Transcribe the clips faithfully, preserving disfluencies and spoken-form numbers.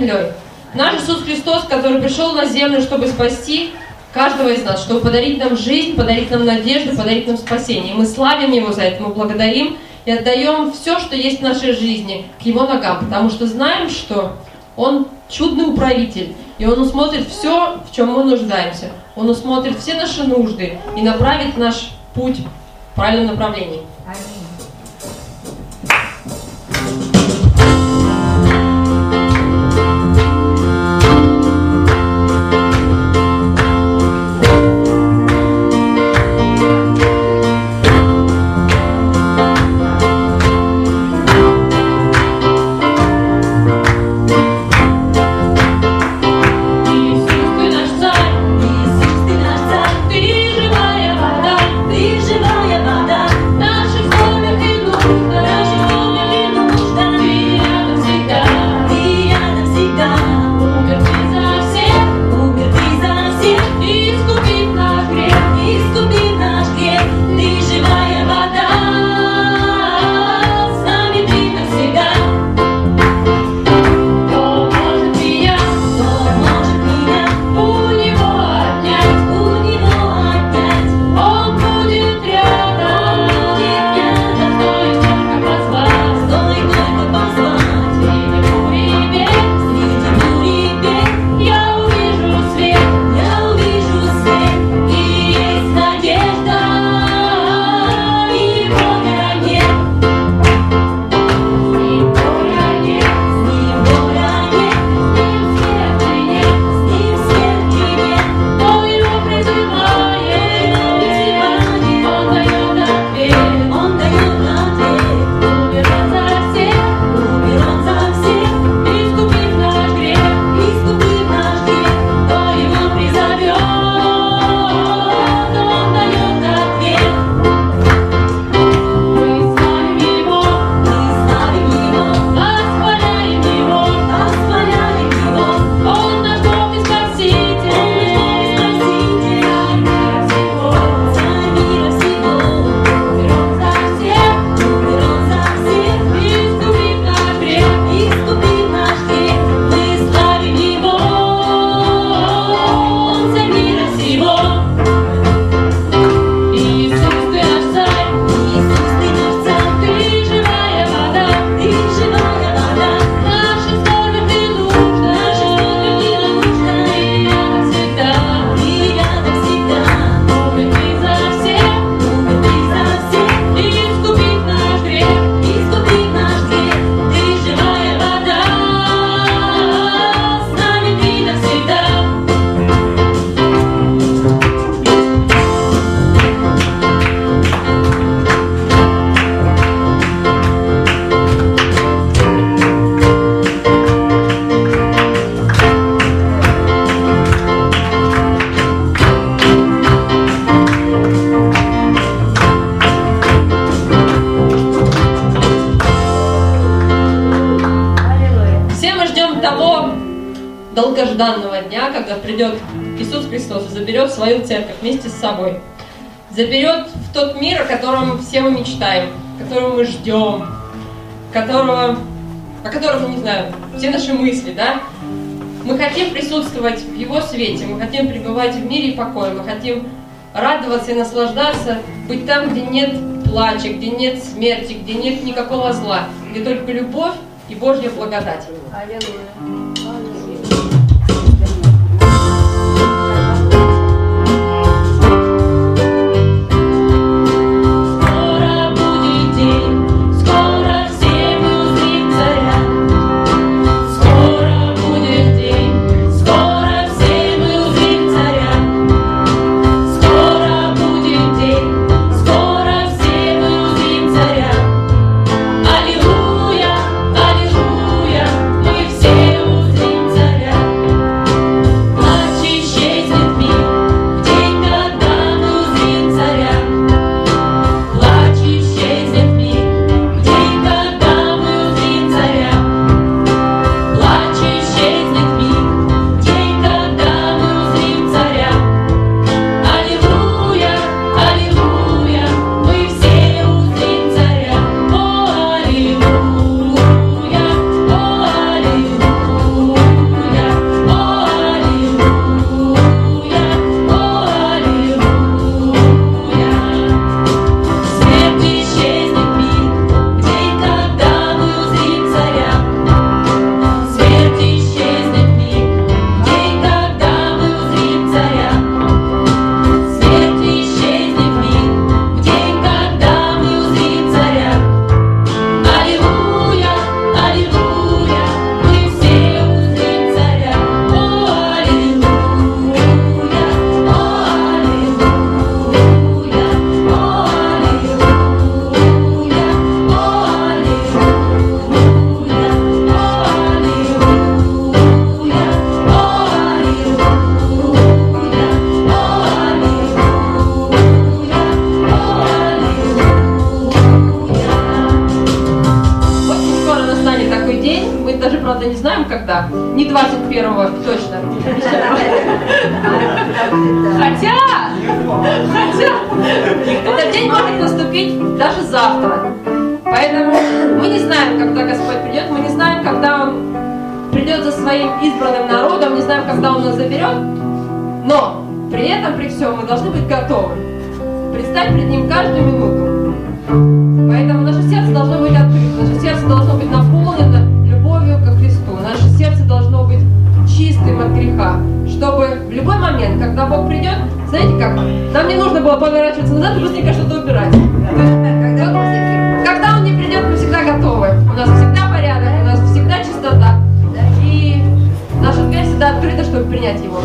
землей. Наш Иисус Христос, который пришел на землю, чтобы спасти каждого из нас, чтобы подарить нам жизнь, подарить нам надежду, подарить нам спасение. И мы славим Его за это, мы благодарим и отдаем все, что есть в нашей жизни, к Его ногам, потому что знаем, что Он чудный управитель, и Он усмотрит все, в чем мы нуждаемся. Он усмотрит все наши нужды и направит наш путь в правильном направлении. Долгожданного дня, когда придет Иисус Христос и заберет свою церковь вместе с собой. Заберет в тот мир, о котором все мы мечтаем, которого мы ждем, которого, о котором, не знаю, все наши мысли, да? Мы хотим присутствовать в Его свете, мы хотим пребывать в мире и покое, мы хотим радоваться и наслаждаться, быть там, где нет плача, где нет смерти, где нет никакого зла, где только любовь и Божья благодать. Аллилуйя. Аллилуйя, аллилуйя, мы все правда, не знаем когда. Не двадцать первого точно. Хотя, хотя, этот день может наступить даже завтра. Поэтому мы не знаем, когда Господь придет, мы не знаем, когда Он придет за своим избранным народом, не знаем, когда Он нас заберет. Но при этом, при всем, мы должны быть готовы предстать перед Ним каждую минуту. Поэтому наше сердце должно быть открыто, наше сердце должно быть наполнено любовью ко Христу, наше сердце должно быть чистым от греха, чтобы в любой момент, когда Бог придет, знаете как, нам не нужно было поворачиваться назад и быстренько что-то убирать. Когда Он не придет, мы всегда готовы, у нас всегда порядок, у нас всегда чистота, и наша дверь всегда открыта, чтобы принять Его.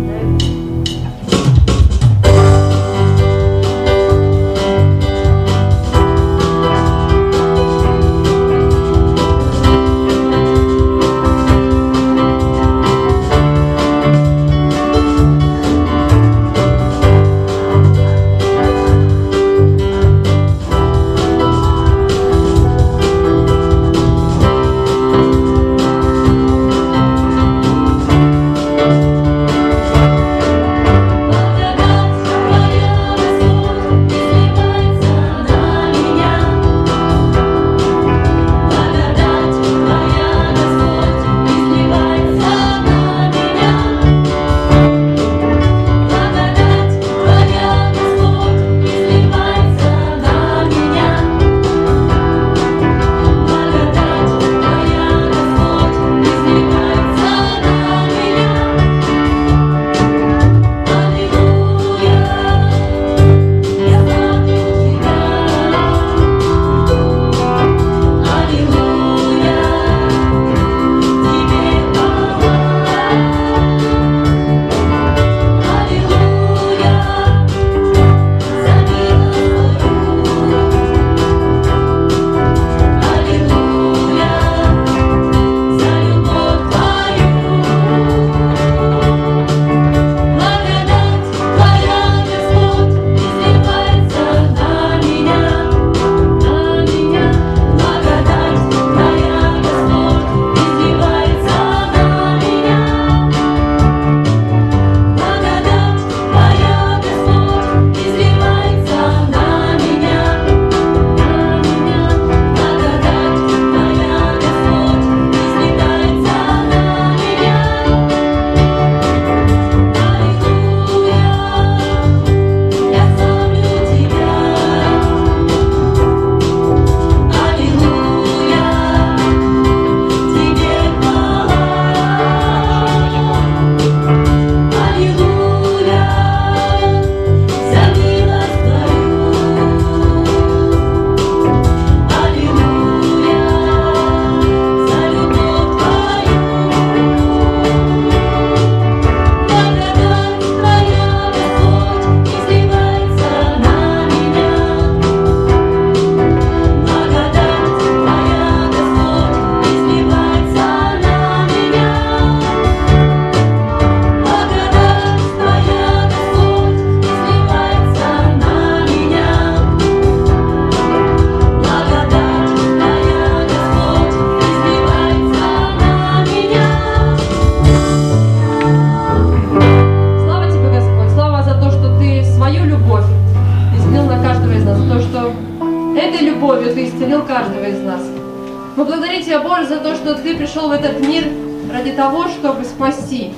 Мы благодарим Тебя, Боже, за то, что Ты пришел в этот мир ради того, чтобы спасти.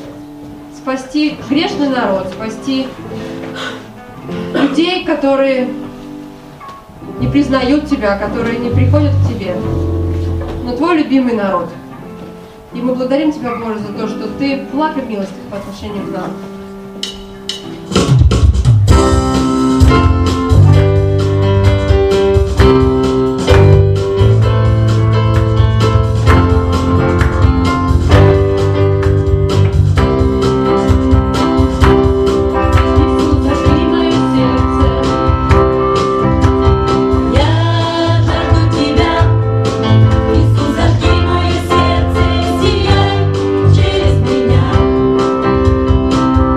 Спасти грешный народ, спасти людей, которые не признают Тебя, которые не приходят к Тебе. Но Твой любимый народ. И мы благодарим Тебя, Боже, за то, что Ты благ и милостив по отношению к нам. Через меня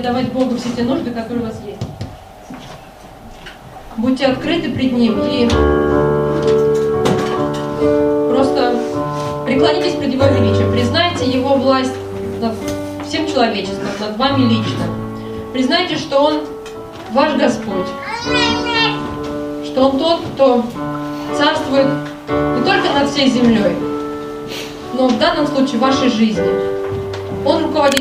отдавать Богу все те нужды, которые у вас есть. Будьте открыты пред Ним и просто преклонитесь пред Его величием, признайте Его власть над всем человечеством, над вами лично. Признайте, что Он ваш Господь, что Он тот, кто царствует не только над всей землей, но в данном случае в вашей жизни. Он руководит